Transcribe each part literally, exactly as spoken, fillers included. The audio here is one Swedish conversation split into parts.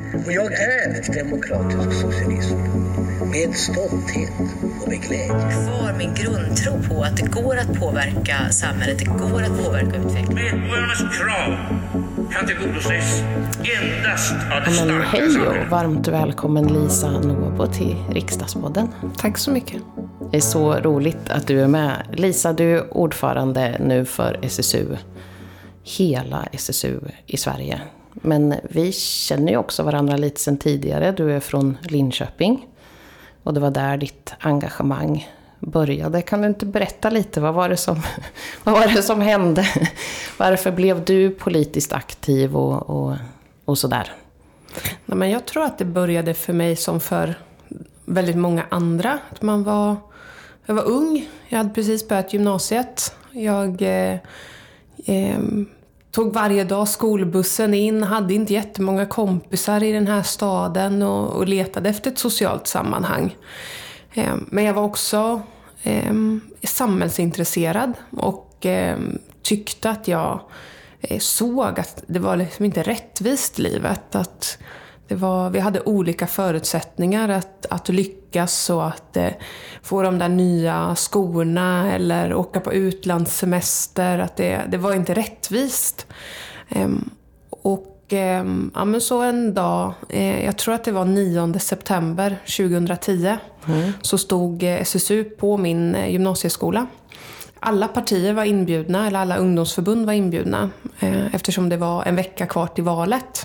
Och jag är demokratisk socialism med stolthet och med glädje. Kvar min grundtro på att det går att påverka samhället, det går att påverka utvecklingen. Medborgarnas krav kan tillgodoses endast av det Men starka hej samhället. och varmt välkommen Lisa Nåbo till Riksdagspodden. Tack så mycket. Det är så roligt att du är med. Lisa, du är ordförande nu för S S U, hela S S U i Sverige. Men vi känner ju också varandra lite sedan tidigare. Du är från Linköping och det var där ditt engagemang började. Kan du inte berätta lite, vad var det som, vad var det som hände? Varför blev du politiskt aktiv och, och, och sådär? Nej, men jag tror att det började för mig som för väldigt många andra. Att man var, jag var ung, jag hade precis börjat gymnasiet. Jag eh, eh, tog varje dag skolbussen in, hade inte jättemånga kompisar i den här staden och, och letade efter ett socialt sammanhang. Eh, men jag var också eh, samhällsintresserad och eh, tyckte att jag eh, såg att det var liksom inte rättvist livet. Att det var, vi hade olika förutsättningar att, att lyckas och att eh, få de där nya skorna eller åka på utlandssemester. Att det, det var inte rättvist. Ehm, och ehm, ja, men så en dag, eh, jag tror att det var nionde september tjugohundratio, mm. så stod eh, S S U på min eh, gymnasieskola. Alla partier var inbjudna, eller alla ungdomsförbund var inbjudna, eh, eftersom det var en vecka kvar till valet.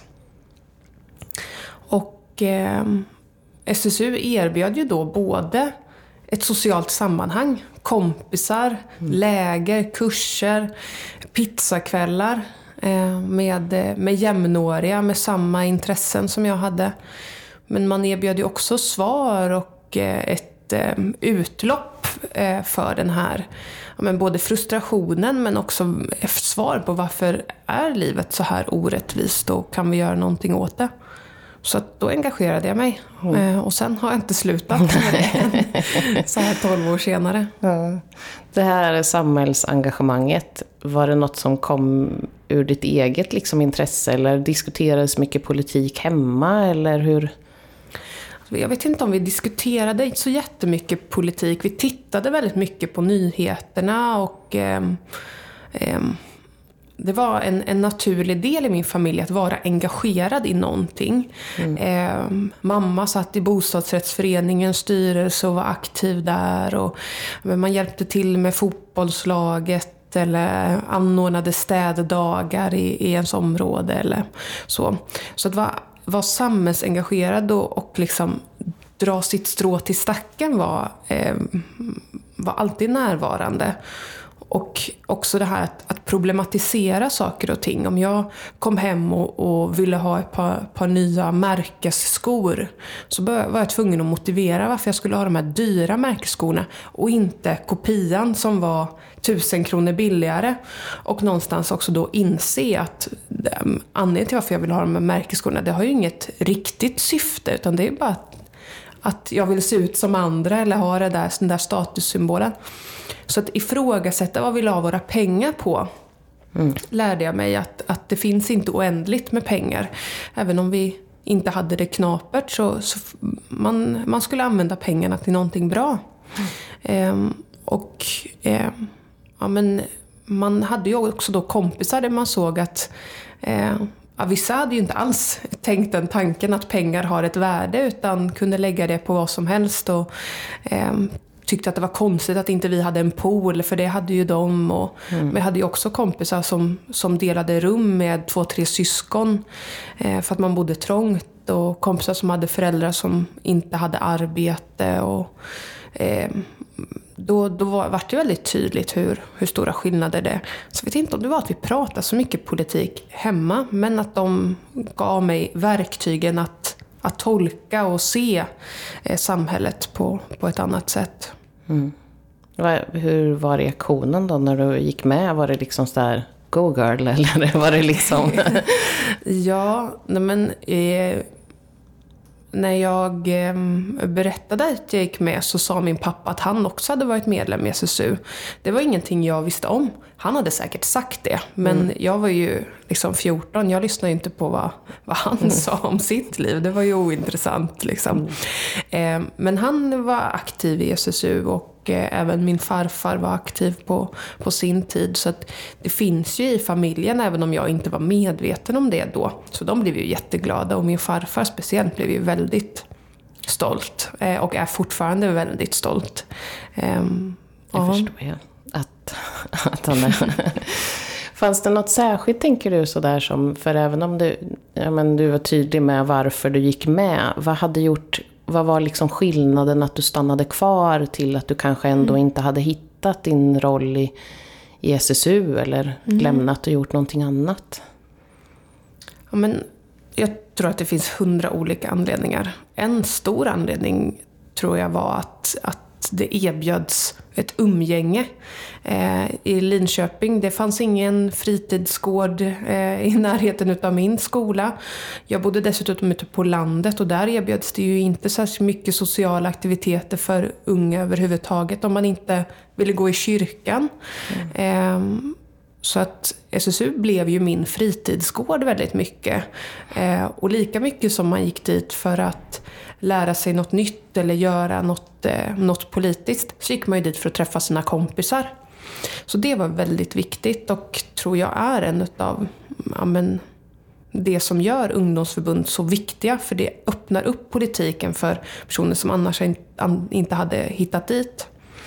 Och eh, S S U erbjöd ju då både ett socialt sammanhang, kompisar, mm. läger, kurser, pizzakvällar eh, med, med jämnåriga, med samma intressen som jag hade. Men man erbjöd ju också svar och eh, ett eh, utlopp eh, för den här, ja, men både frustrationen men också svar på varför är livet så här orättvist och kan vi göra någonting åt det. Så att då engagerade jag mig. Mm. Och sen har jag inte slutat med det. Så här tolv år senare. Ja. Det här samhällsengagemanget, var det något som kom ur ditt eget liksom, intresse? Eller diskuterades mycket politik hemma? Eller hur? Jag vet inte om vi diskuterade så jättemycket politik. Vi tittade väldigt mycket på nyheterna. Och eh, eh, det var en, en naturlig del i min familj att vara engagerad i någonting. Mm. Eh, mamma satt i bostadsrättsföreningens styrelse och var aktiv där. Och, men man hjälpte till med fotbollslaget eller anordnade städdagar i, i ens område. Eller så så att vara, vara samhällsengagerad och, och liksom dra sitt strå till stacken var, eh, var alltid närvarande. Och också det här att, att problematisera saker och ting. Om jag kom hem och, och ville ha ett par, par nya märkesskor, så var jag tvungen att motivera varför jag skulle ha de här dyra märkesskorna och inte kopian som var tusen kronor billigare. Och någonstans också då inse att um, anledningen till varför jag vill ha de här märkesskorna, det har ju inget riktigt syfte, utan det är bara att, att jag vill se ut som andra eller ha det där, den där statussymbolen. Så att ifrågasätta vad vi la våra pengar på, mm. lärde jag mig att, att det finns inte oändligt med pengar. Även om vi inte hade det knapert, så, så man, man skulle använda pengarna till någonting bra. Mm. Ehm, och ehm, ja, men man hade ju också då kompisar där man såg att eh, ja, vissa hade ju inte alls tänkt den tanken att pengar har ett värde, utan kunde lägga det på vad som helst och eh, tyckte att det var konstigt att inte vi hade en pool, för det hade ju de. Och mm. vi hade ju också kompisar som, som delade rum med två, tre syskon eh, för att man bodde trångt, och kompisar som hade föräldrar som inte hade arbete. Och eh, då, då var, var det väldigt tydligt hur, hur stora skillnader det är. Så jag vet inte om det var att vi pratade så mycket politik hemma, men att de gav mig verktygen att Att tolka och se eh, samhället på, på ett annat sätt. Mm. Hur var reaktionen då när du gick med? Var det liksom så där go girl, eller var det liksom... ja, nej men... Eh, när jag eh, berättade att jag gick med så sa min pappa att han också hade varit medlem i S S U. Det var ingenting jag visste om. Han hade säkert sagt det, men mm. jag var ju liksom fjorton. Jag lyssnade inte på vad, vad han mm. sa om sitt liv. Det var ju ointressant liksom. Mm. Eh, men han var aktiv i S S U och eh, även min farfar var aktiv på, på sin tid. Så att det finns ju i familjen, även om jag inte var medveten om det då. Så de blev ju jätteglada, och min farfar speciellt blev ju väldigt stolt. Eh, och är fortfarande väldigt stolt. Eh, det förstår jag. Att, att han är... Fanns det något särskilt, tänker du, sådär som, för även om du, ja, men du var tydlig med varför du gick med, vad hade gjort, vad var liksom skillnaden att du stannade kvar till att du kanske ändå mm. inte hade hittat din roll i, i S S U eller mm. lämnat och gjort någonting annat? Ja, men jag tror att det finns hundra olika anledningar. En stor anledning tror jag var att, att det erbjöds ett umgänge eh, i Linköping. Det fanns ingen fritidsgård eh, i närheten av min skola. Jag bodde dessutom ute på landet, och där erbjöds det ju inte särskilt mycket sociala aktiviteter för unga överhuvudtaget om man inte ville gå i kyrkan. Mm. Eh, så att S S U blev ju min fritidsgård väldigt mycket. Eh, och lika mycket som man gick dit för att lära sig något nytt eller göra något, eh, något politiskt, så gick man ju dit för att träffa sina kompisar. Så det var väldigt viktigt, och tror jag är en av ja, men, det som gör ungdomsförbund så viktiga, för det öppnar upp politiken för personer som annars inte hade hittat dit.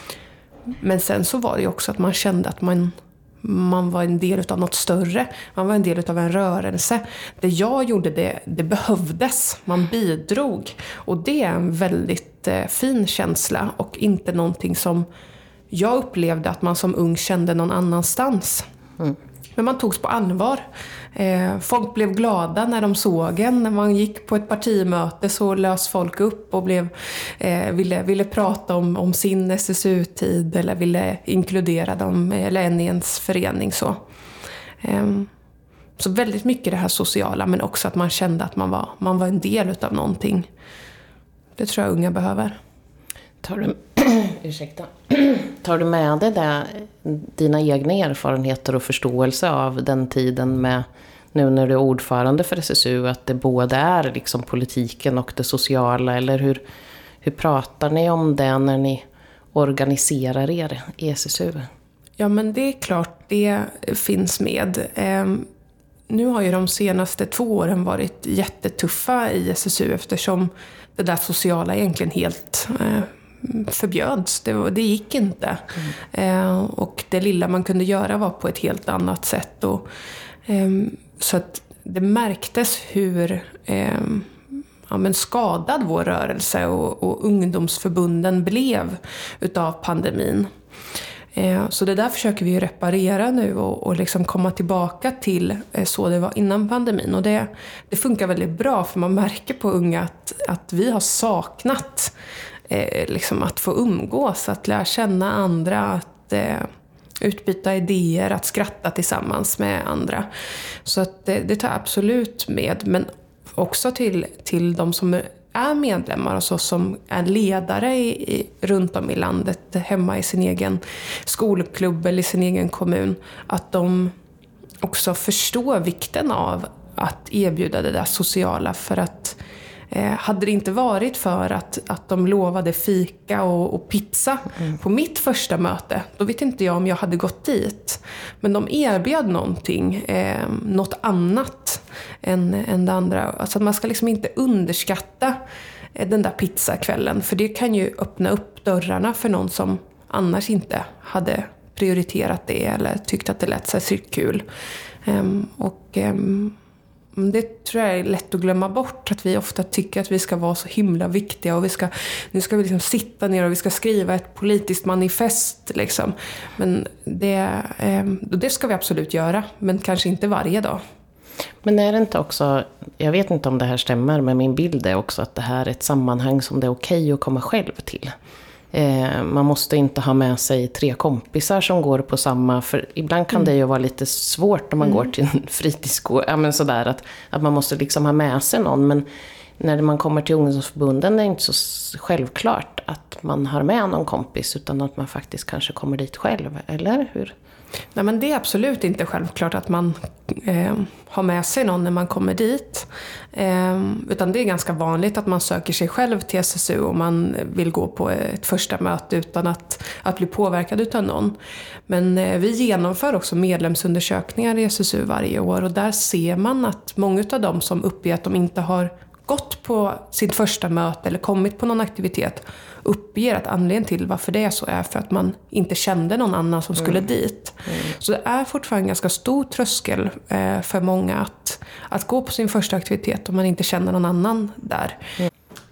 Men sen så var det ju också att man kände att man Man var en del av något större. Man var en del av en rörelse. Det jag gjorde, det, det behövdes. Man bidrog. Och det är en väldigt eh, fin känsla. Och inte någonting som jag upplevde att man som ung kände någon annanstans. Mm. Men man togs på allvar. Eh, folk blev glada när de såg en. När man gick på ett partimöte så lös folk upp och blev, eh, ville, ville prata om, om sin S S U-tid. Eller ville inkludera dem eller en i ens förening. Så. Eh, så väldigt mycket det här sociala, men också att man kände att man var, man var en del av någonting. Det tror jag unga behöver. Tar du, ursäkta. Tar du med dig där, dina egna erfarenheter och förståelse av den tiden med, nu när du är ordförande för S S U, att det både är liksom politiken och det sociala, eller hur, hur pratar ni om det när ni organiserar er i S S U? Ja, men det är klart det finns med. Eh, nu har ju de senaste två åren varit jättetuffa i S S U, eftersom det där sociala egentligen helt eh, förbjöds. Det, det gick inte. Mm. Eh, och det lilla man kunde göra var på ett helt annat sätt. Och, eh, så att det märktes hur eh, ja, men skadad vår rörelse och, och ungdomsförbunden blev utav pandemin. Eh, så det där försöker vi reparera nu och, och liksom komma tillbaka till eh, så det var innan pandemin. Och det, det funkar väldigt bra, för man märker på unga att, att vi har saknat Eh, liksom att få umgås, att lära känna andra, att eh, utbyta idéer, att skratta tillsammans med andra. Så att det, det tar absolut med, men också till, till de som är medlemmar, alltså som är ledare i, i, runt om i landet, hemma i sin egen skolklubb eller i sin egen kommun, att de också förstår vikten av att erbjuda det där sociala. För att Eh, hade det inte varit för att, att de lovade fika och, och pizza mm. på mitt första möte, då vet inte jag om jag hade gått dit. Men de erbjöd någonting, eh, något annat än, än det andra. Alltså man ska liksom inte underskatta eh, den där pizzakvällen, för det kan ju öppna upp dörrarna för någon som annars inte hade prioriterat det eller tyckt att det lät särskilt kul. Eh, och... Eh, Det tror jag är lätt att glömma bort, att vi ofta tycker att vi ska vara så himla viktiga och vi ska, nu ska vi liksom sitta ner och vi ska skriva ett politiskt manifest liksom. Men det, eh, det ska vi absolut göra, men kanske inte varje dag. Men är det inte också, jag vet inte om det här stämmer, men min bild är också att det här är ett sammanhang som det är okej att komma själv till. Eh, man måste inte ha med sig tre kompisar som går på samma, för ibland kan mm. det ju vara lite svårt när man mm. går till en fritidsgård, ja men sådär att, att man måste liksom ha med sig någon, men när man kommer till ungdomsförbunden är det inte så självklart att man har med någon kompis, utan att man faktiskt kanske kommer dit själv, eller hur? Nej, men det är absolut inte självklart att man eh, har med sig någon när man kommer dit. Eh, utan det är ganska vanligt att man söker sig själv till S S U om man vill gå på ett första möte utan att, att bli påverkad utav någon. Men eh, vi genomför också medlemsundersökningar i S S U varje år, och där ser man att många av dem som uppger att de inte har gått på sitt första möte eller kommit på någon aktivitet uppger att anledningen till varför det är så är för att man inte kände någon annan som skulle mm. dit. Mm. Så det är fortfarande en ganska stor tröskel eh, för många att, att gå på sin första aktivitet om man inte känner någon annan där. Mm.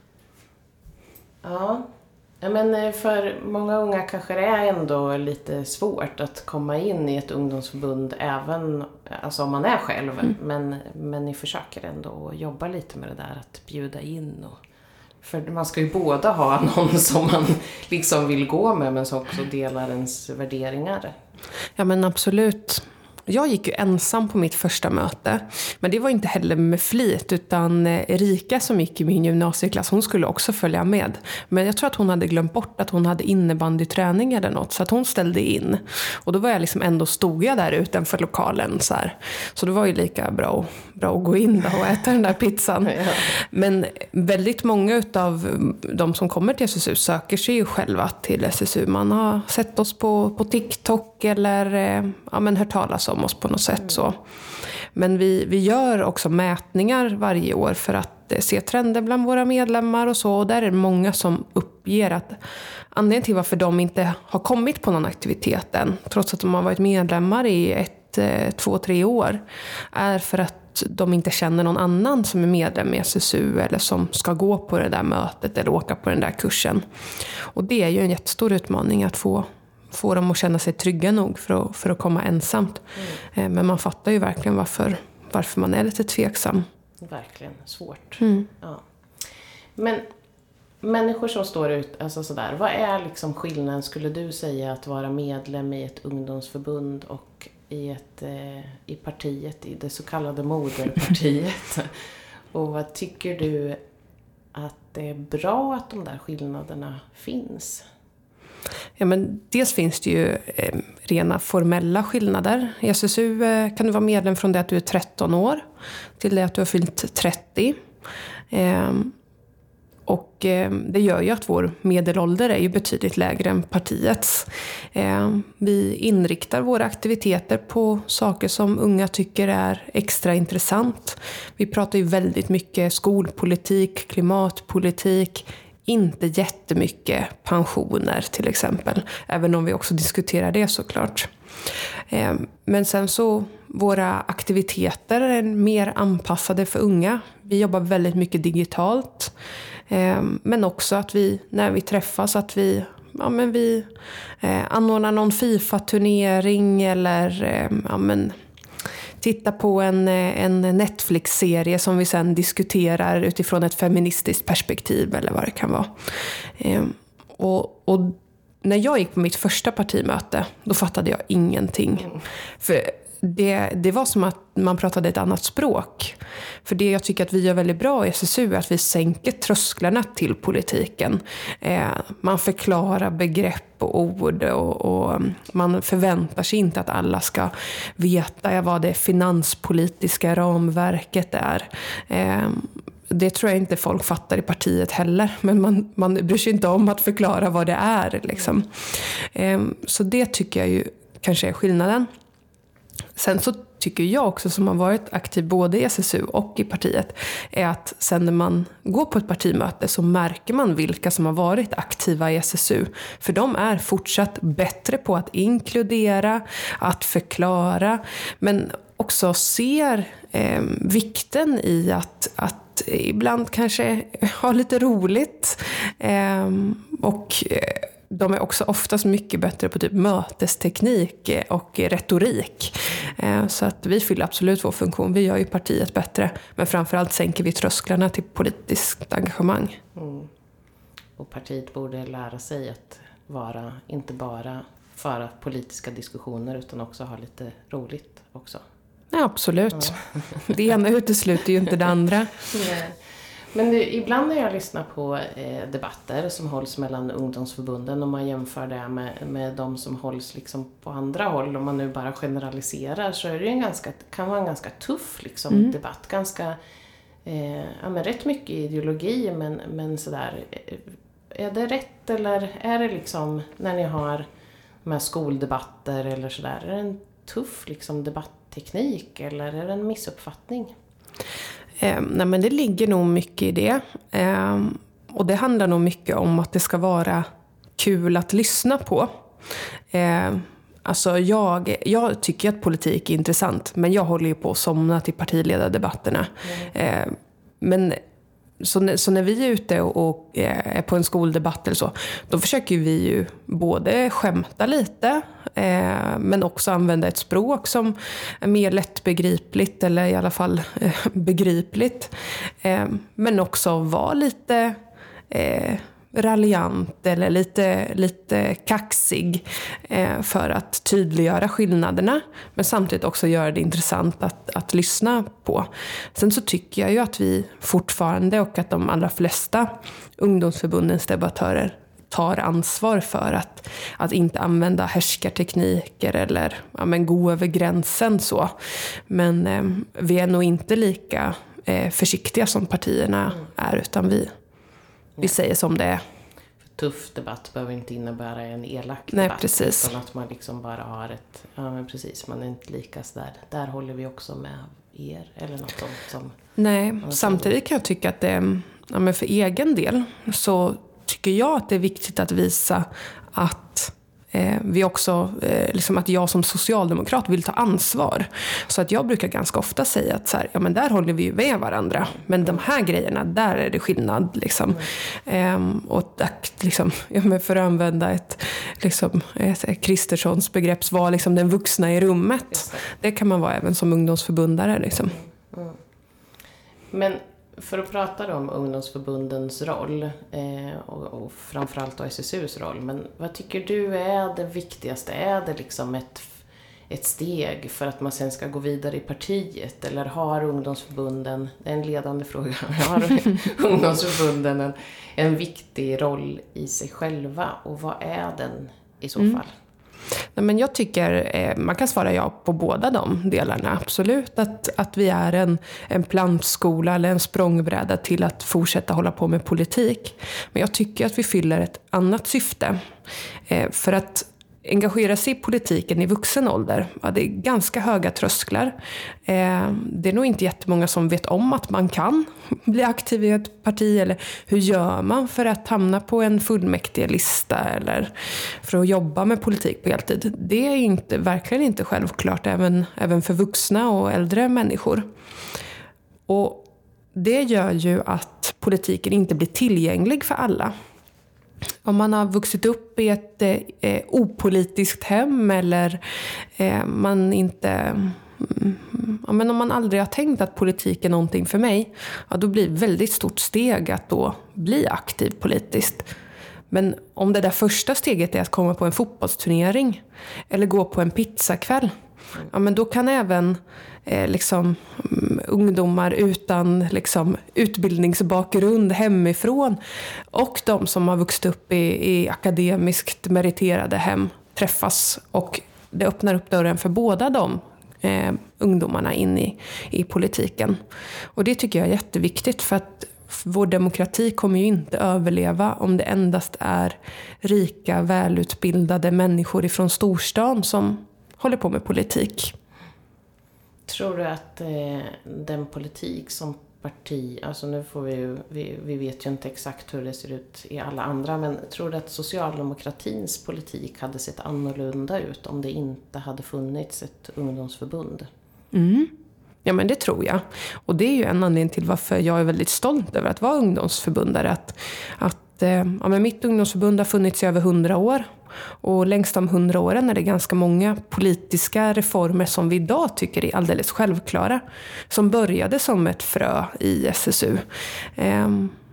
Ja. Ja, men för många unga kanske det är ändå lite svårt att komma in i ett ungdomsförbund även alltså om man är själv. Mm. Men, men ni försöker ändå jobba lite med det där att bjuda in. Och, för man ska ju båda ha någon som man liksom vill gå med men som också delar ens värderingar. Ja men absolut. Jag gick ju ensam på mitt första möte, men det var inte heller med flit, utan Erika som gick i min gymnasieklass, hon skulle också följa med. Men jag tror att hon hade glömt bort att hon hade innebandyträning eller något, så att hon ställde in. Och då var jag liksom ändå, stod jag där utanför lokalen så här. Så det var ju lika bra, bra att gå in då och äta den där pizzan. Ja. Men väldigt många av de som kommer till S S U söker sig ju själva till S S U. Man har sett oss på, på TikTok eller ja, men hört talas om oss på något sätt så. Men vi, vi gör också mätningar varje år för att se trender bland våra medlemmar och så. Och där är det många som uppger att anledningen till varför de inte har kommit på någon aktivitet än, trots att de har varit medlemmar i ett, två, tre år, är för att de inte känner någon annan som är medlem i S S U eller som ska gå på det där mötet eller åka på den där kursen. Och det är ju en jättestor utmaning att få få dem att känna sig trygga nog för att, för att komma ensamt. Mm. Men man fattar ju verkligen varför, varför man är lite tveksam. Verkligen svårt. Mm. Ja. Men människor som står ut, alltså sådär, vad är liksom skillnaden skulle du säga att vara medlem i ett ungdomsförbund och i, ett, eh, i partiet, i det så kallade moderpartiet? Och vad tycker du att det är bra att de där skillnaderna finns? Ja, men dels finns det ju eh, rena formella skillnader. I S S U eh, kan du vara medlem från det att du är tretton år till det att du har fyllt trettio. Eh, och eh, det gör ju att vår medelålder är ju betydligt lägre än partiets. Eh, vi inriktar våra aktiviteter på saker som unga tycker är extra intressant. Vi pratar ju väldigt mycket skolpolitik, klimatpolitik, inte jättemycket pensioner till exempel, även om vi också diskuterar det såklart. Men sen så, våra aktiviteter är mer anpassade för unga. Vi jobbar väldigt mycket digitalt, men också att vi, när vi träffas, att vi, ja, men vi anordnar någon FIFA-turnering eller ja, men titta på en, en Netflix-serie som vi sen diskuterar utifrån ett feministiskt perspektiv eller vad det kan vara. Ehm, och, och när jag gick på mitt första partimöte, då fattade jag ingenting. Mm. För det, det var som att man pratade ett annat språk. För det jag tycker att vi gör väldigt bra i S S U är att vi sänker trösklarna till politiken. Eh, man förklarar begrepp och ord och, och man förväntar sig inte att alla ska veta vad det finanspolitiska ramverket är. Eh, det tror jag inte folk fattar i partiet heller. Men man, man bryr sig inte om att förklara vad det är. Liksom. Eh, så det tycker jag ju kanske är skillnaden. Sen så tycker jag också, som har varit aktiv både i S S U och i partiet, är att sen när man går på ett partimöte så märker man vilka som har varit aktiva i S S U. För de är fortsatt bättre på att inkludera, att förklara, men också ser eh, vikten i att, att ibland kanske ha lite roligt eh, och eh, de är också oftast mycket bättre på typ mötesteknik och retorik. Så att vi fyller absolut vår funktion. Vi gör ju partiet bättre. Men framförallt sänker vi trösklarna till politiskt engagemang. Mm. Och partiet borde lära sig att vara, inte bara föra politiska diskussioner utan också ha lite roligt också. Ja, absolut. Ja. Det ena utesluter ju inte det andra. Nej. Men det, ibland när jag lyssnar på eh, debatter som hålls mellan ungdomsförbunden, och man jämför det med, med de som hålls liksom på andra håll, om man nu bara generaliserar, så är det ju en ganska, kan vara en ganska tuff liksom, mm. debatt. Ganska, eh, ja, men rätt mycket ideologi, men, men sådär, är det rätt eller är det liksom, när ni har de här skoldebatter eller sådär, är det en tuff liksom, debattteknik eller är det en missuppfattning? Eh, nej men det ligger nog mycket i det. Eh, och det handlar nog mycket om att det ska vara kul att lyssna på. Eh, alltså jag, jag tycker att politik är intressant, men jag håller ju på att somna till partiledardebatterna. Mm. Eh, men så, så när vi är ute och, och är på en skoldebatt eller så, då försöker vi ju både skämta lite, eh, men också använda ett språk som är mer lättbegripligt, eller i alla fall eh, begripligt. Eh, men också vara lite eh, raljant eller lite, lite kaxig eh, för att tydliggöra skillnaderna, men samtidigt också göra det intressant att, att lyssna på. Sen så tycker jag ju att vi fortfarande, och att de allra flesta ungdomsförbundens debattörer tar ansvar för att, att inte använda härskartekniker eller ja, men gå över gränsen så. Men eh, vi är nog inte lika eh, försiktiga som partierna är, utan vi Vi säger som det är. Tuff debatt behöver inte innebära en elak Nej, debatt. Precis. Utan att man liksom bara har ett, ja men precis, man är inte lika sådär, där håller vi också med er eller något sånt som... Nej, samtidigt kan jag tycka att det, ja men för egen del så tycker jag att det är viktigt att visa att eh, vi också, eh, liksom att jag som socialdemokrat vill ta ansvar. Så att jag brukar ganska ofta säga att så här, ja men där håller vi ju med varandra. Men de här grejerna, där är det skillnad. Liksom. Mm. Eh, och att, liksom, ja, men för att använda ett, liksom, ett Kristerssons begrepp, var liksom den vuxna i rummet. Det. det kan man vara även som ungdomsförbundare. Liksom. Mm. Mm. Men för att prata om ungdomsförbundens roll eh, och, och framförallt då S S U:s roll, men vad tycker du är det viktigaste? Är det liksom ett, ett steg för att man sen ska gå vidare i partiet? Eller har ungdomsförbunden, det är en ledande fråga, har ungdomsförbunden en, en viktig roll i sig själva? Och vad är den i så fall? Mm. Nej, men jag tycker eh, man kan svara ja på båda de delarna. Absolut att, att vi är en, en plantskola eller en språngbräda till att fortsätta hålla på med politik. Men jag tycker att vi fyller ett annat syfte. Eh, för att engagera sig i politiken i vuxen ålder, ja, det är ganska höga trösklar. Eh, det är nog inte jättemånga som vet om att man kan bli aktiv i ett parti, eller hur gör man för att hamna på en fullmäktige lista eller för att jobba med politik på heltid. Det är inte, verkligen inte självklart även, även för vuxna och äldre människor. Och det gör ju att politiken inte blir tillgänglig för alla. Om man har vuxit upp i ett eh, opolitiskt hem, eller eh, man inte, mm, ja, men om man aldrig har tänkt att politik är någonting för mig, ja, då blir det ett väldigt stort steg att då bli aktiv politiskt. Men om det där första steget är att komma på en fotbollsturnering eller gå på en pizzakväll, ja, men då kan även eh, liksom, um, ungdomar utan liksom, utbildningsbakgrund hemifrån och de som har vuxit upp i, i akademiskt meriterade hem träffas, och det öppnar upp dörren för båda de eh, ungdomarna in i, i politiken. Och det tycker jag är jätteviktigt, för att vår demokrati kommer ju inte överleva om det endast är rika, välutbildade människor ifrån storstan som håller på med politik. Tror du att eh, den politik som parti, alltså nu får vi ju, vi, vi vet ju inte exakt hur det ser ut i alla andra, men tror du att socialdemokratins politik hade sett annorlunda ut om det inte hade funnits ett ungdomsförbund? Mm. Ja, men det tror jag. Och det är ju en anledning till varför jag är väldigt stolt över att vara ungdomsförbundare. Att, att eh, ja, men mitt ungdomsförbund har funnits i över hundra år. Och längst de hundra åren är det ganska många politiska reformer som vi idag tycker är alldeles självklara. Som började som ett frö i S S U. Ehm,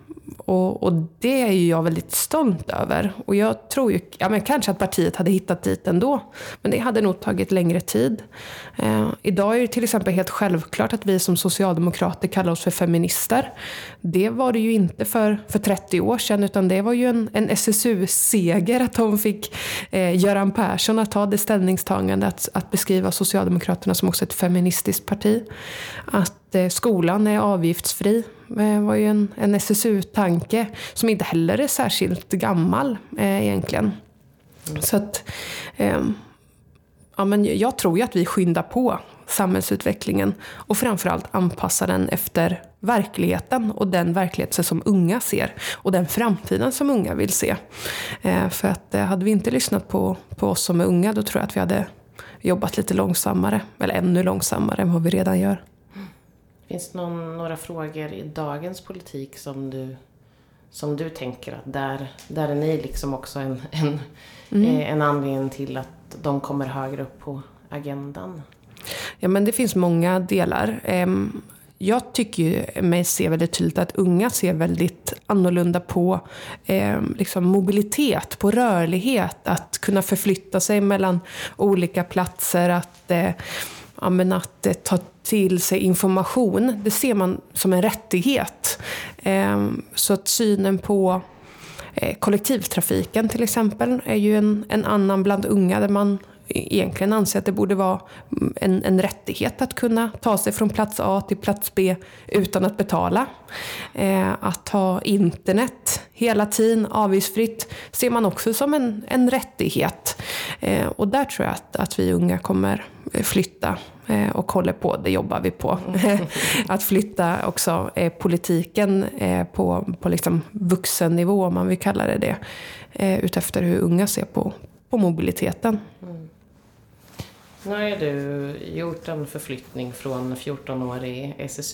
och, och det är ju jag väldigt stolt över. Och jag tror ju, ja men kanske att partiet hade hittat dit ändå. Men det hade nog tagit längre tid. Eh, idag är det till exempel helt självklart att vi som socialdemokrater kallar oss för feminister. Det var det ju inte för, för trettio år sedan, utan det var ju en, en S S U-seger att de fick eh, Göran Persson att ta det ställningstagande att, att beskriva Socialdemokraterna som också ett feministiskt parti. Att eh, skolan är avgiftsfri. Det var ju en, en S S U-tanke som inte heller är särskilt gammal eh, egentligen. Mm. Så att eh, ja, men jag tror ju att vi skyndar på samhällsutvecklingen och framförallt anpassar den efter verkligheten och den verklighet som unga ser och den framtiden som unga vill se. Eh, för att eh, hade vi inte lyssnat på, på oss som är unga, då tror jag att vi hade jobbat lite långsammare eller ännu långsammare än vad vi redan gör. Finns det någon, några frågor i dagens politik som du, som du tänker att där, där är ni liksom också en, en, mm. eh, en anledning till att de kommer högre upp på agendan? Ja, men det finns många delar. Jag tycker ju mig se väldigt tydligt att unga ser väldigt annorlunda på liksom mobilitet, på rörlighet, att kunna förflytta sig mellan olika platser, att Ja, men att eh, ta till sig information, det ser man som en rättighet. Eh, så att synen på eh, kollektivtrafiken till exempel är ju en, en annan bland unga, där man egentligen anser att det borde vara en, en rättighet att kunna ta sig från plats A till plats B utan att betala. Eh, att ha internet hela tiden avgiftsfritt ser man också som en, en rättighet. Eh, och där tror jag att, att vi unga kommer flytta eh, och håller på, det jobbar vi på. Att flytta också eh, politiken eh, på, på liksom vuxennivå, om man vill kalla det det, eh, utefter hur unga ser på, på mobiliteten. Mm. Nu har du gjort en förflyttning från fjorton-årig S S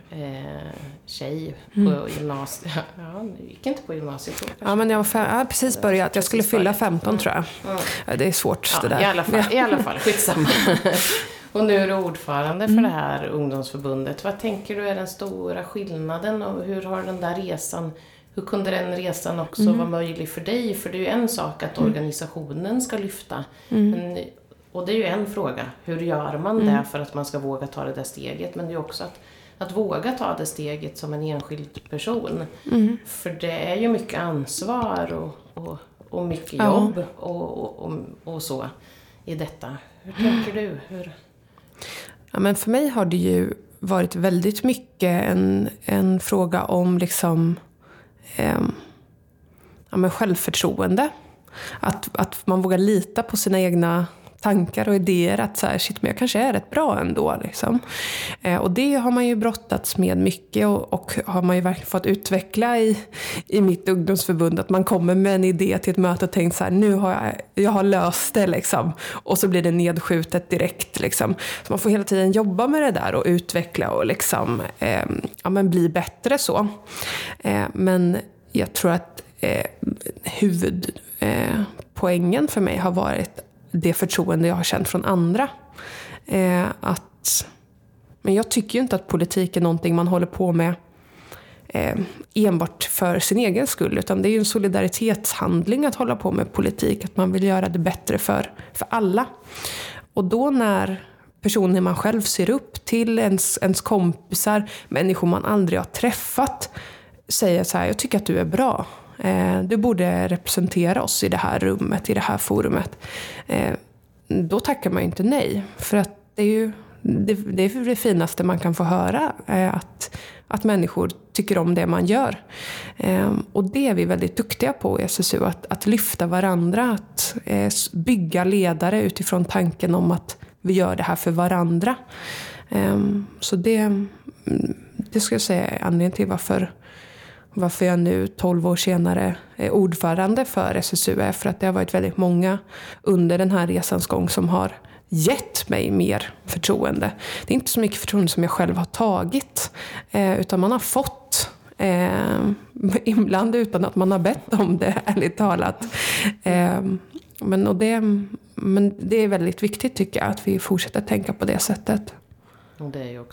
U-tjej på mm. gymnasiet. Ja, du gick inte på gymnasiet. Då, ja, men jag, var fem, jag har precis börjat. Jag skulle fylla femton mm. tror jag. Mm. Ja, det är svårt ja, det där. I alla fall, i alla fall skitsamma. Och nu är du ordförande för mm. det här ungdomsförbundet. Vad tänker du är den stora skillnaden och hur har den där resan, hur kunde den resan också mm. vara möjlig för dig? För det är ju en sak att organisationen ska lyfta. Mm. Men, och det är ju en fråga, hur gör man mm. det för att man ska våga ta det där steget? Men det är också att, att våga ta det steget som en enskild person. Mm. För det är ju mycket ansvar och, och, och mycket jobb ja. och, och, och, och så i detta. Hur tänker du? Hur... Ja, men för mig har det ju varit väldigt mycket en, en fråga om liksom, eh, ja, men självförtroende. Att, att man vågar lita på sina egna tankar och idéer, att så här, shit, men jag kanske är rätt bra ändå. Liksom. Eh, och det har man ju brottats med mycket och, och har man ju verkligen fått utveckla i, i mitt ungdomsförbund, att man kommer med en idé till ett möte och tänker så här, nu har jag, jag har löst det liksom. Och så blir det nedskjutet direkt liksom. Så man får hela tiden jobba med det där och utveckla och liksom, eh, ja, men bli bättre så. Eh, men jag tror att eh, huvudpoängen eh, för mig har varit det förtroende jag har känt från andra. Eh, att, men jag tycker ju inte att politik är någonting man håller på med eh, enbart för sin egen skull. Utan det är ju en solidaritetshandling att hålla på med politik. Att man vill göra det bättre för, för alla. Och då när personer man själv ser upp till, ens, ens kompisar, människor man aldrig har träffat, säger så här, jag tycker att du är bra. Eh, du borde representera oss i det här rummet, i det här forumet. Eh, då tackar man ju inte nej. För att det är ju det, det, är det finaste man kan få höra. Eh, att, att människor tycker om det man gör. Eh, och det är vi väldigt duktiga på i S S U. Att, att lyfta varandra. Att eh, bygga ledare utifrån tanken om att vi gör det här för varandra. Eh, så det, det ska jag säga är anledningen till varför Varför jag nu tolv år senare är ordförande för S S U är för att det har varit väldigt många under den här resans gång som har gett mig mer förtroende. Det är inte så mycket förtroende som jag själv har tagit, eh, utan man har fått eh, ibland utan att man har bett om det, ärligt talat. Eh, men, och det, men det är väldigt viktigt tycker jag att vi fortsätter tänka på det sättet. Och det är ju också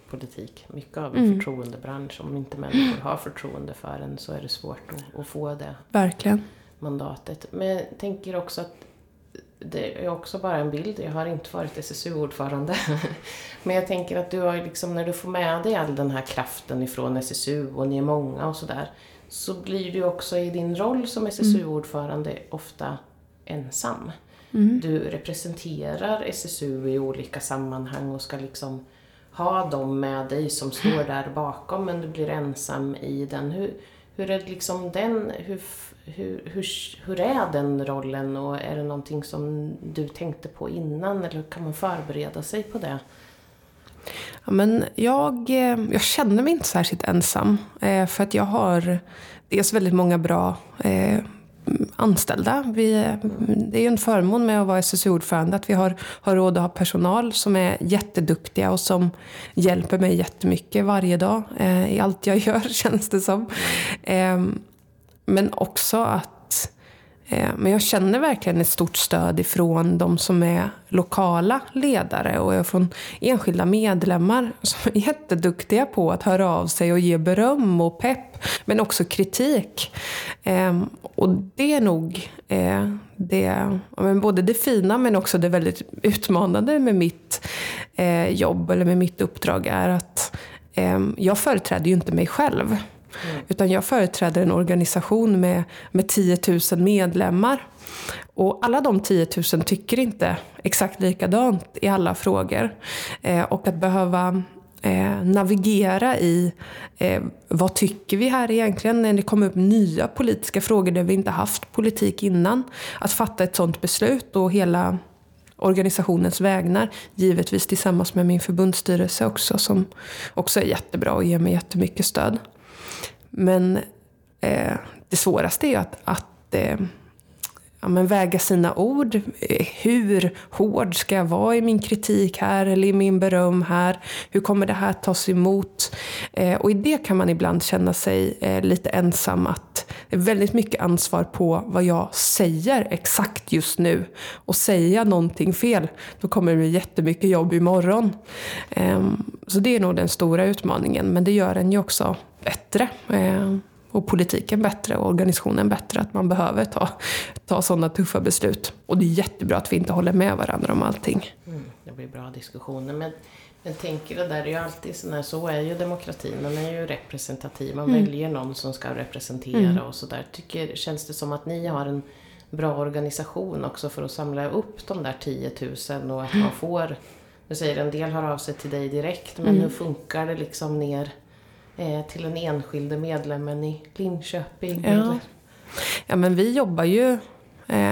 politik. Mycket av en mm. förtroendebransch. Om inte människor har förtroende för en så är det svårt att, att få det Verkligen. mandatet. Men jag tänker också att det är också bara en bild. Jag har inte varit S S U-ordförande. Men jag tänker att du har liksom, när du får med dig all den här kraften ifrån S S U och ni är många och sådär, så blir du också i din roll som S S U-ordförande mm. ofta ensam. Mm. Du representerar S S U i olika sammanhang och ska liksom ha dem med dig som står där bakom, men du blir ensam i den. Hur, hur är det liksom den, hur, hur, hur, hur är den rollen, och är det någonting som du tänkte på innan, eller kan man förbereda sig på det? Ja, men jag, jag känner mig inte särskilt ensam, för att jag har dels väldigt många bra eh, anställda. Vi, det är ju en förmån med att vara S S U-ordförande att vi har, har råd att ha personal som är jätteduktiga och som hjälper mig jättemycket varje dag eh, i allt jag gör, känns det som. Eh, men också att eh, men jag känner verkligen ett stort stöd ifrån de som är lokala ledare och från enskilda medlemmar som är jätteduktiga på att höra av sig och ge beröm och pepp, men också kritik. Eh, och det är nog eh, det, men både det fina men också det väldigt utmanande med mitt eh, jobb eller med mitt uppdrag är att eh, jag företräder ju inte mig själv. Mm. Utan jag företräder en organisation med, med tio tusen medlemmar. Och alla de tio tusen tycker inte exakt likadant i alla frågor. Eh, och att behöva eh, navigera i eh, vad tycker vi här egentligen när det kommer upp nya politiska frågor där vi inte haft politik innan. Att fatta ett sådant beslut och hela organisationens vägnar, givetvis tillsammans med min förbundsstyrelse också, som också är jättebra och ger mig jättemycket stöd. Men eh, det svåraste är ju att, att eh, ja, men väga sina ord. Hur hård ska jag vara i min kritik här eller i min beröm här? Hur kommer det här tas emot? Eh, och i det kan man ibland känna sig eh, lite ensam, att det är väldigt mycket ansvar på vad jag säger exakt just nu. Och säga någonting fel, då kommer det bli jättemycket jobb imorgon. Eh, så det är nog den stora utmaningen, men det gör en ju också bättre. Eh, och politiken bättre och organisationen bättre, att man behöver ta, ta sådana tuffa beslut. Och det är jättebra att vi inte håller med varandra om allting. Mm, det blir bra diskussioner. Men jag tänker det där är ju alltid sådär, så är ju demokratin, den är ju representativ. Man mm. väljer någon som ska representera mm. och sådär. Tycker, känns det som att ni har en bra organisation också för att samla upp de där tio tusen och att man får, du säger en del har av sig till dig direkt, men mm. hur funkar det liksom ner till den enskilde medlemmen i Linköping? Ja, eller? Ja, men vi jobbar ju eh,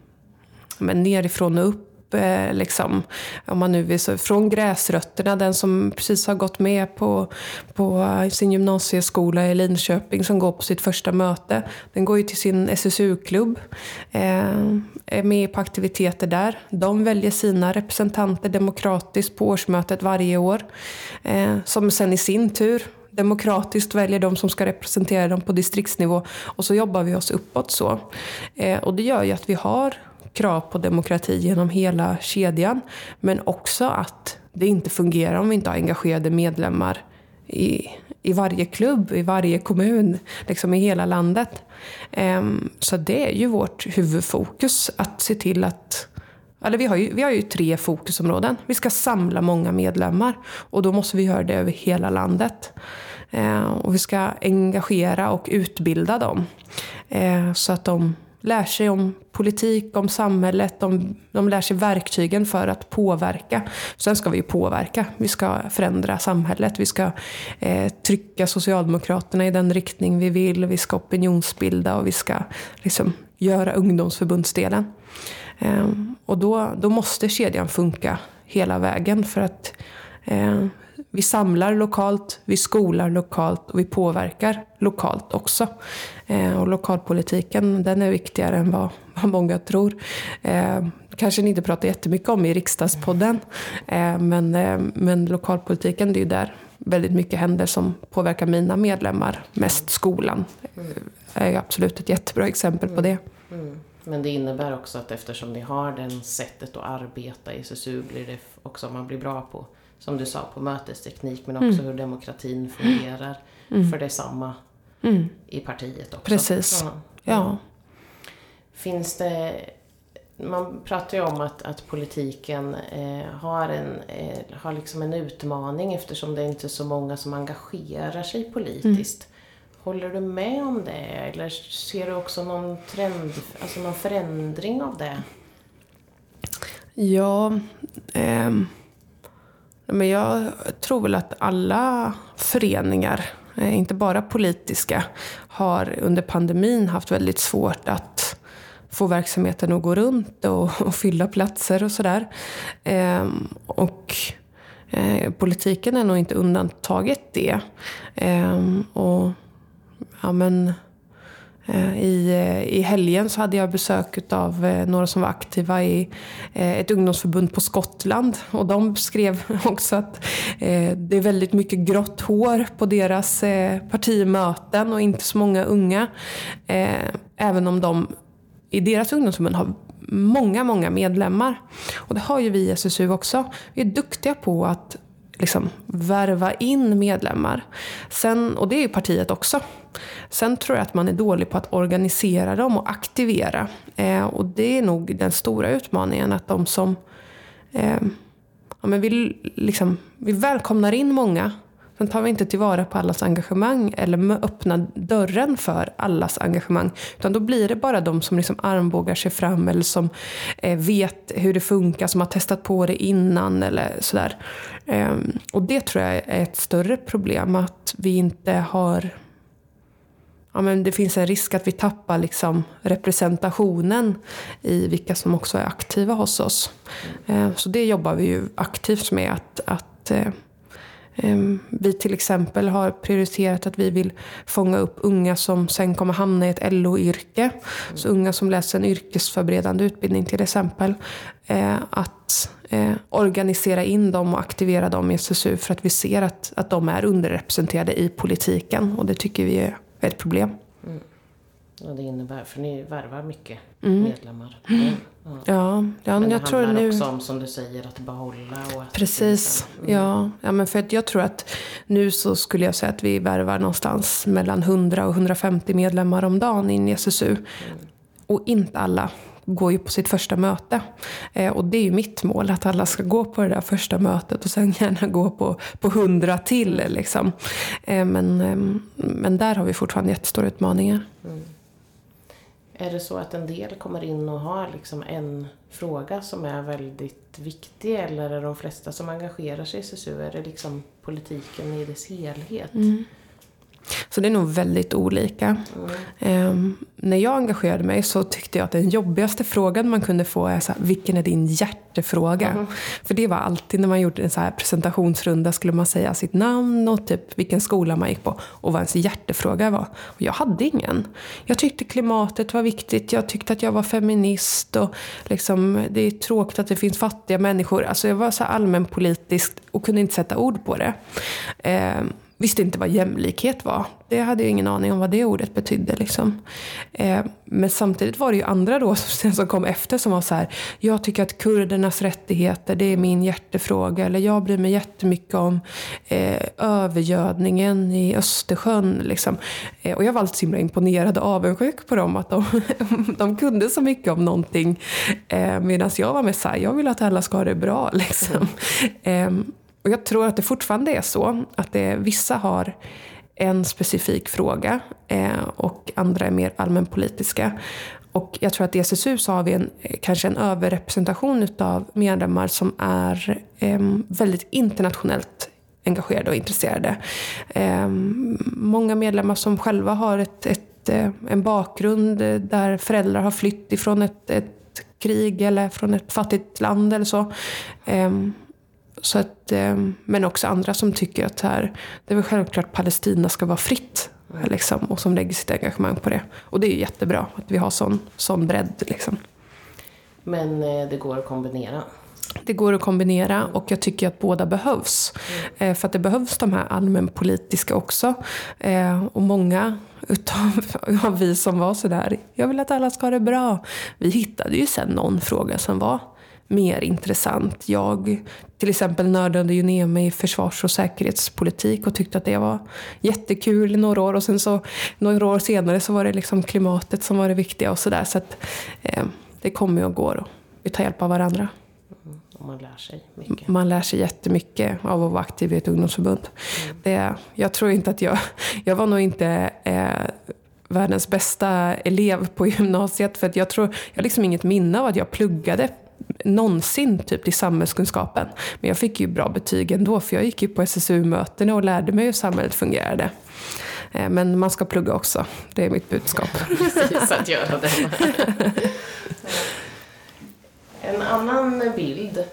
men nerifrån och upp eh, liksom, om man nu vill, så från gräsrötterna, den som precis har gått med på, på sin gymnasieskola i Linköping, som går på sitt första möte, den går ju till sin S S U-klubb, eh, är med på aktiviteter där. De väljer sina representanter demokratiskt på årsmötet varje år, eh, som sen i sin tur demokratiskt väljer de som ska representera dem på distriktsnivå, och så jobbar vi oss uppåt så. Eh, och det gör ju att vi har krav på demokrati genom hela kedjan, men också att det inte fungerar om vi inte har engagerade medlemmar i, i varje klubb, i varje kommun, liksom i hela landet. Eh, så det är ju vårt huvudfokus, att se till att Eller vi har, ju, vi har ju tre fokusområden. Vi ska samla många medlemmar, och då måste vi göra det över hela landet. Eh, och vi ska engagera och utbilda dem. Eh, så att de lär sig om politik, om samhället. De, de lär sig verktygen för att påverka. Sen ska vi ju påverka. Vi ska förändra samhället. Vi ska eh, trycka Socialdemokraterna i den riktning vi vill. Vi ska opinionsbilda och vi ska liksom göra ungdomsförbundsdelen. Um, och då, då måste kedjan funka hela vägen, för att eh, vi samlar lokalt, vi skolar lokalt och vi påverkar lokalt också. Eh, och lokalpolitiken, den är viktigare än vad, vad många tror. Eh, kanske ni inte pratar jättemycket om i riksdagspodden, eh, men, eh, men lokalpolitiken, det är ju där väldigt mycket händer som påverkar mina medlemmar. Mest skolan är absolut ett jättebra exempel på det. Mm. Men det innebär också att eftersom ni har den sättet att arbeta i S S U, blir det också, om man blir bra på som du sa, på mötesteknik, men också mm. hur demokratin fungerar. Mm. För det är samma mm. i partiet också. Precis, ja. ja. Finns det... Man pratar ju om att, att politiken eh, har, en, eh, har liksom en utmaning eftersom det inte är så många som engagerar sig politiskt. Mm. Håller du med om det? Eller ser du också någon trend, alltså någon förändring av det? Ja, eh, men jag tror väl att alla föreningar, eh, inte bara politiska, har under pandemin haft väldigt svårt att få verksamheten att gå runt och, och fylla platser och sådär. Eh, och eh, politiken är nog inte undantaget det. Eh, och ja, men eh, i, i helgen så hade jag besök av eh, några som var aktiva i eh, ett ungdomsförbund på Skottland. Och de skrev också att eh, det är väldigt mycket grått hår på deras eh, partimöten och inte så många unga. Eh, även om de i deras ungdomsförbund har många, många medlemmar. Och det har ju vi i S S U också. Vi är duktiga på att liksom värva in medlemmar. Sen, och det är ju partiet också. Sen tror jag att man är dålig på att organisera dem och aktivera. Eh, och det är nog den stora utmaningen, att de som eh, ja, men vi, liksom, vi välkomnar in många. Sen tar vi inte tillvara på allas engagemang eller öppnar dörren för allas engagemang. Utan då blir det bara de som liksom armbågar sig fram eller som eh, vet hur det funkar, som har testat på det innan eller sådär. Eh, och det tror jag är ett större problem, att vi inte har... Ja, men det finns en risk att vi tappar liksom representationen i vilka som också är aktiva hos oss. Eh, så det jobbar vi ju aktivt med att... att eh, Vi till exempel har prioriterat att vi vill fånga upp unga som sen kommer hamna i ett L O-yrke. Mm. Så unga som läser en yrkesförberedande utbildning till exempel. Eh, att eh, organisera in dem och aktivera dem i S S U, för att vi ser att, att de är underrepresenterade i politiken. Och det tycker vi är ett problem. Mm. Och det innebär, för ni värvar mycket mm. medlemmar. Mm. Ja, ja, ja, men det jag tror handlar nu också om, som du säger, att behålla och att precis, mm. ja, ja, men för att jag tror att nu så skulle jag säga att vi värvar någonstans mellan hundra och hundrafemtio medlemmar om dagen in i S S U. Mm. Och inte alla går ju på sitt första möte. Eh, och det är ju mitt mål, att alla ska gå på det där första mötet och sen gärna gå på, på hundra till. Liksom. Eh, men, eh, men där har vi fortfarande jättestora utmaningar. Mm. Är det så att en del kommer in och har liksom en fråga som är väldigt viktig, eller är de flesta som engagerar sig i S S U, är det liksom politiken i dess helhet? Mm. Så det är nog väldigt olika. Mm. Um, när jag engagerade mig så tyckte jag att den jobbigaste frågan man kunde få är så här, vilken är din hjärtefråga? Mm. För det var alltid när man gjorde en så här presentationsrunda, skulle man säga sitt namn och typ vilken skola man gick på och vad ens hjärtefråga var. Och jag hade ingen. Jag tyckte klimatet var viktigt. Jag tyckte att jag var feminist och liksom, det är tråkigt att det finns fattiga människor. Alltså jag var så allmänpolitisk och kunde inte sätta ord på det. Um, Visste inte vad jämlikhet var. Det hade jag ingen aning om vad det ordet betydde. Liksom. Eh, men samtidigt var det ju andra då som, som kom efter som var så här: jag tycker att kurdernas rättigheter, det är min hjärtefråga. Eller jag bryr mig jättemycket om eh, övergödningen i Östersjön. Liksom. Eh, och jag var alltid så himla imponerad och avundsjuk på dem. Att de, de kunde så mycket om någonting. Eh, Medan jag var med så här: jag vill att alla ska ha det bra. Liksom. Eh, Och jag tror att det fortfarande är så att det, vissa har en specifik fråga eh, och andra är mer allmänpolitiska. Och jag tror att i S S U så har vi en, kanske en överrepresentation av medlemmar som är eh, väldigt internationellt engagerade och intresserade. Eh, många medlemmar som själva har ett, ett, en bakgrund där föräldrar har flytt ifrån ett, ett krig eller från ett fattigt land eller så. Eh, Så att, men också andra som tycker att här, det är väl självklart att Palestina ska vara fritt. Liksom, och som lägger sitt engagemang på det. Och det är ju jättebra att vi har sån, sån bredd. Liksom. Men det går att kombinera? Det går att kombinera, och jag tycker att båda behövs. Mm. För att det behövs de här allmänpolitiska också. Och många utav vi som var så där, jag vill att alla ska ha det bra. Vi hittade ju sen någon fråga som var mer intressant. Jag till exempel nördade ju ner mig i försvars- och säkerhetspolitik och tyckte att det var jättekul i några år. Och sen så några år senare så var det liksom klimatet som var det viktiga och sådär. Så att eh, det kommer ju och går och vi tar hjälp av varandra. Mm, och man lär sig mycket. Man lär sig jättemycket av att vara aktiv i ett ungdomsförbund. Mm. Det, jag tror inte att jag... Jag var nog inte... Eh, världens bästa elev på gymnasiet, för att jag tror jag har liksom inget minne av att jag pluggade någonsin typ i samhällskunskapen, men jag fick ju bra betyg ändå, för jag gick ju på S S U-möten och lärde mig hur samhället fungerade. Men man ska plugga också, det är mitt budskap. Precis, att göra det. En annan bild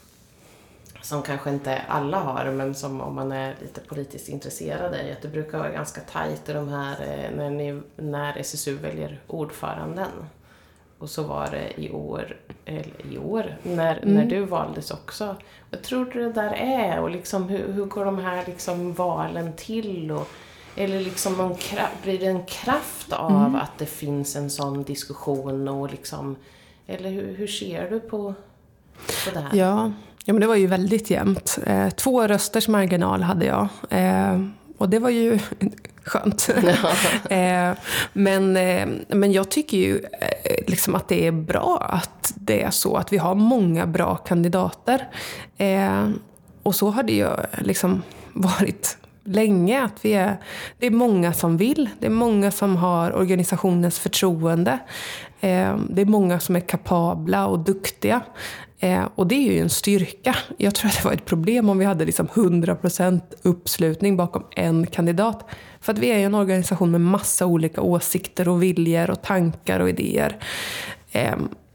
som kanske inte alla har, men som om man är lite politiskt intresserad är att det brukar vara ganska tajt i de här när, ni, när S S U väljer ordföranden. Och så var det i år, eller i år när, mm. när du valdes också. Vad tror du det där är? Och liksom, hur, hur går de här liksom valen till? Och, eller liksom en, blir det en kraft av mm. att det finns en sån diskussion? Och liksom, eller hur, hur ser du på, på det här? Ja. Ja, men det var ju väldigt jämnt. Eh, två rösters marginal hade jag. Eh, och det var ju skönt. Ja. eh, men, eh, men jag tycker ju eh, liksom att det är bra att det är så. Att vi har många bra kandidater. Eh, och så har det ju liksom varit länge. Att vi är, det är många som vill. Det är många som har organisationens förtroende. Eh, det är många som är kapabla och duktiga. Eh, och det är ju en styrka. Jag tror att det var ett problem om vi hade liksom hundra procent uppslutning bakom en kandidat. För att vi är ju en organisation med massa olika åsikter och viljor och tankar och idéer. Eh,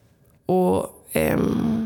och eh,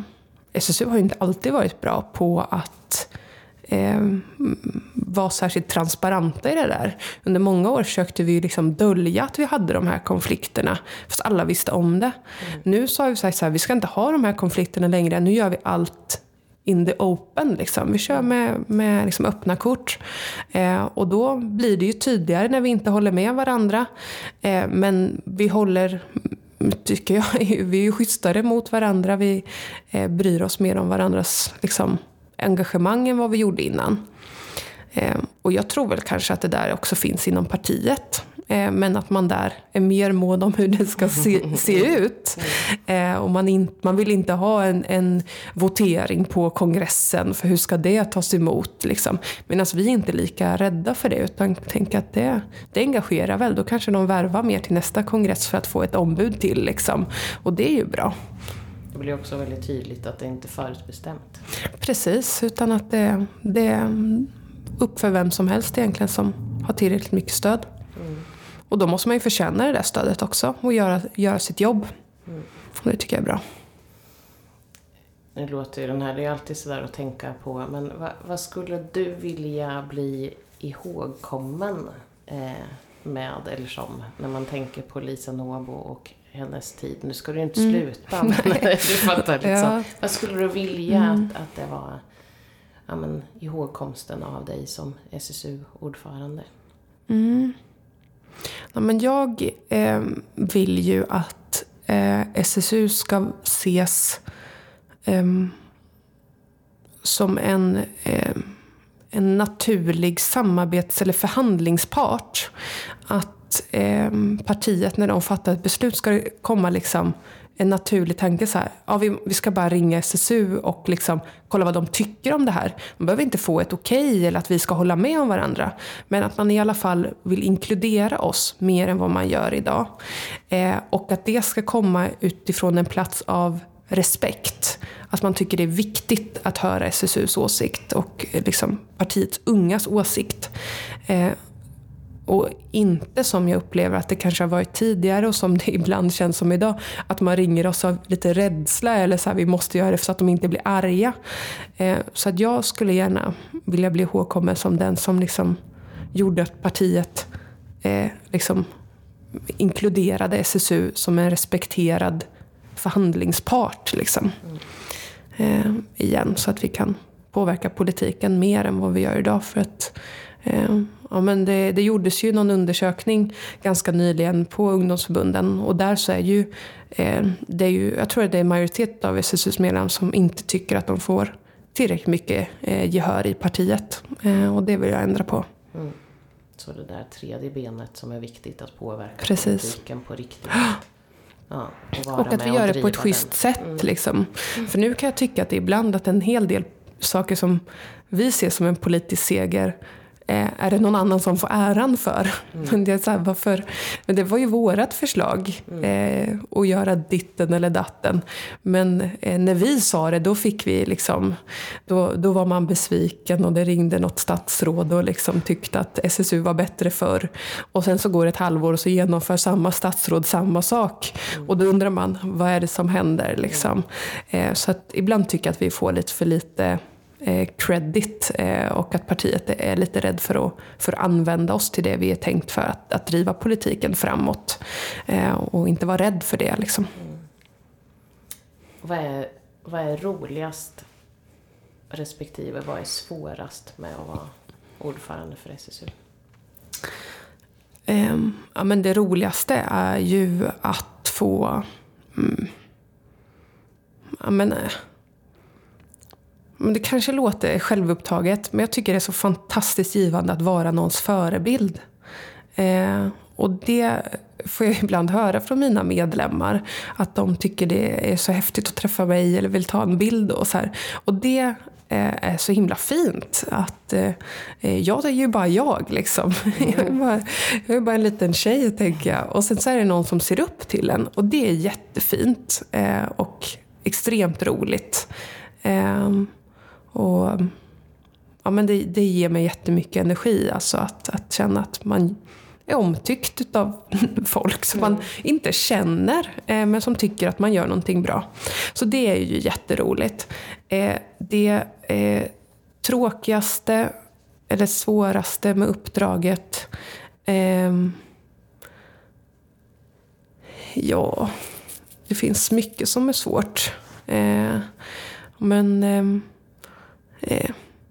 S S U har ju inte alltid varit bra på att eh, vara särskilt transparenta i det där. Under många år försökte vi liksom dölja att vi hade de här konflikterna, fast alla visste om det. Mm. Nu så har vi sagt så här, vi ska inte ha de här konflikterna längre. Nu gör vi allt in the open. Liksom. Vi kör med, med liksom öppna kort. Eh, och då blir det ju tydligare när vi inte håller med varandra. Eh, men vi håller... tycker jag, vi är ju schysstare mot varandra. Vi eh, bryr oss mer om varandras liksom, engagemang än vad vi gjorde innan. Eh, och jag tror väl kanske att det där också finns inom partiet. Eh, men att man där är mer mån om hur det ska se, se ut. Eh, och man, in, man vill inte ha en, en votering på kongressen för hur ska det tas emot. Liksom. Medan vi är inte lika rädda för det, utan tänker att det, det engagerar väl. Då kanske de värvar mer till nästa kongress för att få ett ombud till. Liksom. Och det är ju bra. Det blir också väldigt tydligt att det inte är förutbestämt. Precis, utan att det, det är upp för vem som helst egentligen som har tillräckligt mycket stöd. Mm. Och då måste man ju förtjäna det där stödet också och göra, göra sitt jobb. Mm. Och det tycker jag är bra. Det låter ju den här, det är alltid sådär att tänka på. Men vad, vad skulle du vilja bli ihågkommen eh, med eller som? När man tänker på Lisa Nåbo och hennes tid. Nu ska du inte sluta, mm. men du fattar liksom. Ja. Vad skulle du vilja mm. att, att det var ja, men, ihågkomsten av dig som S S U-ordförande? Mm. Ja, men jag eh, vill ju att eh, S S U ska ses eh, som en, eh, en naturlig samarbets- eller förhandlingspart. Att eh, partiet när de fattar ett beslut ska det komma liksom en naturlig tanke så här. Ja, vi, vi ska bara ringa S S U och liksom kolla vad de tycker om det här. Man behöver inte få ett okej eller att vi ska hålla med om varandra. Men att man i alla fall vill inkludera oss mer än vad man gör idag. Eh, och att det ska komma utifrån en plats av respekt. Att man tycker det är viktigt att höra S S U:s åsikt och liksom partiets ungas åsikt. Eh, Och inte som jag upplever att det kanske har varit tidigare och som det ibland känns som idag. Att man ringer oss av lite rädsla eller så här, vi måste göra det så att de inte blir arga. Eh, så att jag skulle gärna vilja bli ihågkommen som den som liksom gjorde att partiet eh, liksom inkluderade S S U som en respekterad förhandlingspart. Liksom. Eh, igen, så att vi kan påverka politiken mer än vad vi gör idag. För att Eh, ja, men det, det gjordes ju någon undersökning ganska nyligen på ungdomsförbunden. Och där så är ju, eh, det är ju, jag tror att det är en majoritet av S S U:s medlemmar som inte tycker att de får tillräckligt mycket eh, gehör i partiet. Eh, och det vill jag ändra på. Mm. Så det där tredje benet som är viktigt att påverka Precis. politiken på riktigt. Ja, och, och att vi gör det på ett schysst sätt. Mm. Liksom. Mm. För nu kan jag tycka att det är ibland att en hel del saker som vi ser som en politisk seger eh, är det någon annan som får äran för. Mm. Men det är så här, varför? Men det var ju vårat förslag mm. eh, att göra ditten eller datten. Men eh, när vi sa det, då fick vi liksom, då, då var man besviken och det ringde något statsråd och liksom tyckte att S S U var bättre förr. Och sen så går det ett halvår och så genomför samma statsråd samma sak. Mm. Och då undrar man, vad är det som händer liksom? Eh, så att ibland tycker jag att vi får lite för lite Eh, credit eh, och att partiet är lite rädd för att, för att använda oss till det vi är tänkt för att, att driva politiken framåt eh, och inte vara rädd för det liksom. Mm. Vad är, vad är roligast respektive vad är svårast med att vara ordförande för S S U? Eh, ja, men det roligaste är ju att få mm, ja, men, eh, Men det kanske låter självupptaget, men jag tycker det är så fantastiskt givande att vara någons förebild. Eh, och det får jag ibland höra från mina medlemmar, att de tycker det är så häftigt att träffa mig eller vill ta en bild och så här. Och det eh, är så himla fint att eh, jag är ju bara jag liksom. Mm. jag, är bara, jag är bara en liten tjej, tänker jag. Och sen så är det någon som ser upp till en, och det är jättefint eh, och extremt roligt. Eh, Och ja, men det, det ger mig jättemycket energi, alltså att, att känna att man är omtyckt av folk som mm. man inte känner eh, men som tycker att man gör någonting bra. Så det är ju jätteroligt. Eh, det eh, tråkigaste eller svåraste med uppdraget eh, ja, det finns mycket som är svårt. Eh, men eh, Eh.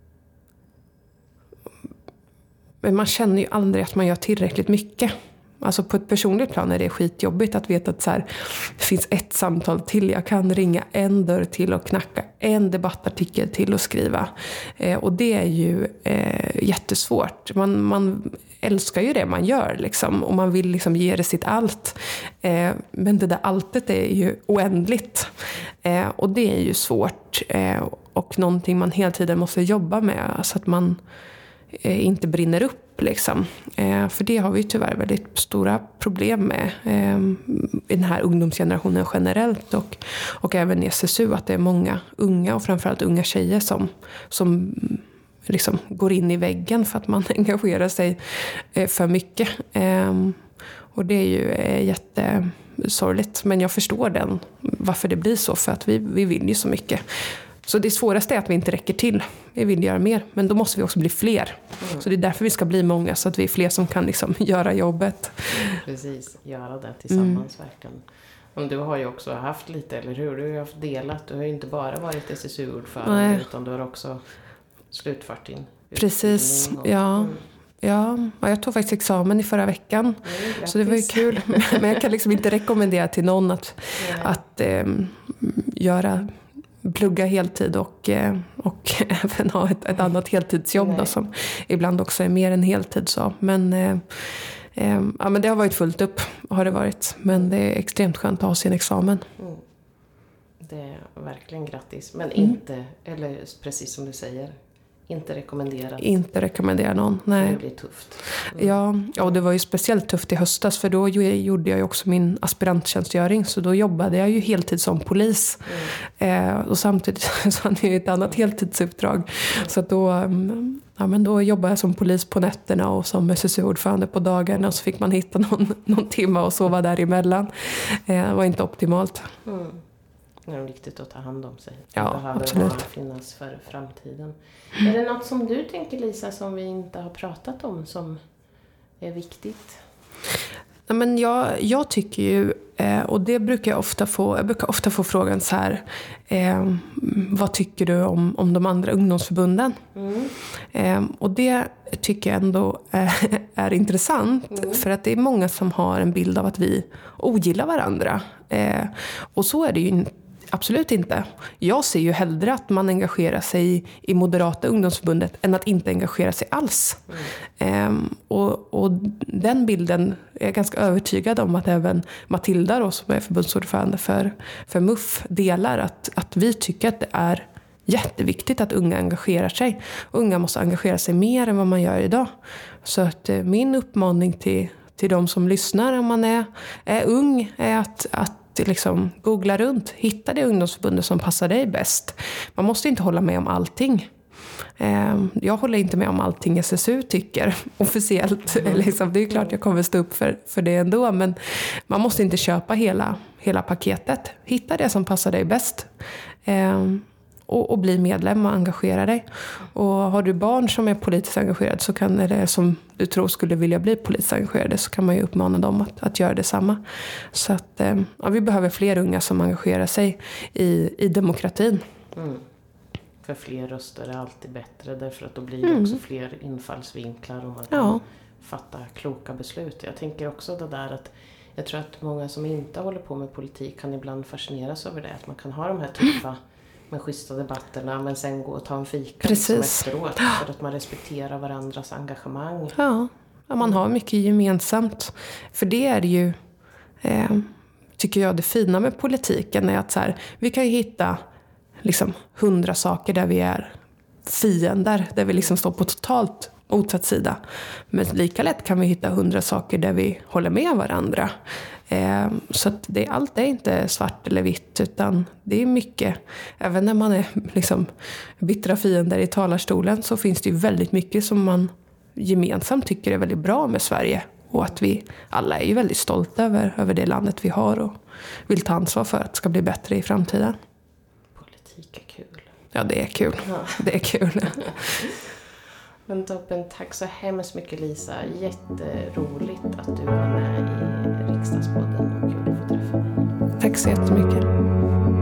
Men man känner ju aldrig att man gör tillräckligt mycket. Alltså på ett personligt plan är det skitjobbigt att veta att så här, det finns ett samtal till. Jag kan ringa en dörr till och knacka en debattartikel till och skriva. Eh, och det är ju eh, jättesvårt. Man, man älskar ju det man gör liksom. Och man vill liksom ge det sitt allt. Eh, men det där alltet är ju oändligt. Eh, och det är ju svårt. Eh, och någonting man hela tiden måste jobba med. Så att man eh, inte brinner upp liksom. Eh, för det har vi tyvärr väldigt stora problem med eh, i den här ungdomsgenerationen generellt. Och, och även i S S U, att det är många unga och framförallt unga tjejer som, som liksom går in i väggen för att man engagerar sig eh, för mycket. Eh, och det är ju eh, jättesorgligt. Men jag förstår den, varför det blir så. För att vi, vi vill ju så mycket. Så det svåraste är att vi inte räcker till. Vi vill göra mer, men då måste vi också bli fler. Mm. Så det är därför vi ska bli många, så att vi är fler som kan liksom göra jobbet. Precis, göra det tillsammans mm. verkligen. Och du har ju också haft lite, eller hur? Du har ju haft delat. Du har ju inte bara varit S S U-ordförande, utan du har också slutfört din Precis, och, ja. Mm. Ja, jag tog faktiskt examen i förra veckan. Mm, så det var ju kul. Men jag kan liksom inte rekommendera till någon att, att eh, göra... plugga heltid och, och även ha ett, ett annat heltidsjobb då, som ibland också är mer än heltid. Så. Men, eh, eh, ja, men det har varit fullt upp, har det varit. Men det är extremt skönt att ha sin examen. Mm. Det är verkligen grattis. Men inte, mm. eller precis som du säger, inte rekommenderat. Inte rekommendera någon, nej. Det blir tufft. Mm. Ja, ja, och det var ju speciellt tufft i höstas, för då gjorde jag ju också min aspiranttjänstgöring, så då jobbade jag ju heltid som polis. Mm. Eh, och samtidigt så hade jag ju ett annat heltidsuppdrag. Mm. Så att då, ja, men då jobbade jag som polis på nätterna och som S S U-ordförande på dagarna, och så fick man hitta någon, någon timme och sova däremellan. Eh, det var inte optimalt. Mm. Det är viktigt att ta hand om sig. Det ja, behöver absolut. finnas för framtiden. Mm. Är det något som du tänker, Lisa, som vi inte har pratat om som är viktigt? Nej, men jag, jag tycker ju, eh, och det brukar jag ofta få, jag brukar ofta få frågan så här, eh, vad tycker du om, om de andra ungdomsförbunden? Mm. Eh, och det tycker jag ändå eh, är intressant, mm. för att det är många som har en bild av att vi ogillar varandra. Eh, och så är det ju inte. Absolut inte. Jag ser ju hellre att man engagerar sig i Moderata ungdomsförbundet än att inte engagera sig alls. Mm. Ehm, och, och den bilden är jag ganska övertygad om att även Matilda då, som är förbundsordförande för, för M U F delar. Att, att vi tycker att det är jätteviktigt att unga engagerar sig. Unga måste engagera sig mer än vad man gör idag. Så att eh, min uppmaning till, till de som lyssnar om man är, är ung är att, att liksom googla runt, hitta det ungdomsförbundet som passar dig bäst. Man måste inte hålla med om allting. Jag håller inte med om allting S S U tycker officiellt. Mm. Liksom, det är klart jag kommer stå upp för, för det ändå, men man måste inte köpa hela, hela paketet. Hitta det som passar dig bäst. Och, och bli medlem och engagera dig. Och har du barn som är politiskt engagerade så kan, eller som du tror skulle vilja bli politiskt engagerade, så kan man ju uppmana dem att, att göra detsamma. Så att ja, vi behöver fler unga som engagerar sig i, i demokratin. Mm. För fler röster är alltid bättre, därför att då blir det mm. också fler infallsvinklar och man kan ja. fatta kloka beslut. Jag tänker också det där att jag tror att många som inte håller på med politik kan ibland fascineras över det. Att man kan ha de här tuffa med schyssta debatterna men sen gå och ta en fika liksom efteråt, för att man respekterar varandras engagemang. Ja, man har mycket gemensamt. För det är ju, eh, tycker jag, det fina med politiken är att så här, vi kan ju hitta liksom hundra saker där vi är fiender, där vi liksom står på totalt motsatt sida. Men lika lätt kan vi hitta hundra saker där vi håller med varandra. Eh, så att det, allt är inte svart eller vitt, utan det är mycket. Även när man är liksom bittra fiender i talarstolen så finns det ju väldigt mycket som man gemensamt tycker är väldigt bra med Sverige. Och att vi alla är ju väldigt stolta över, över det landet vi har och vill ta ansvar för att det ska bli bättre i framtiden. Politik är kul. Ja, det är kul. Ja. Det är kul. Men toppen, tack så hemskt mycket Lisa. Jätteroligt att du var med i Riksdagspodden och kul att få träffa dig. Tack så jättemycket.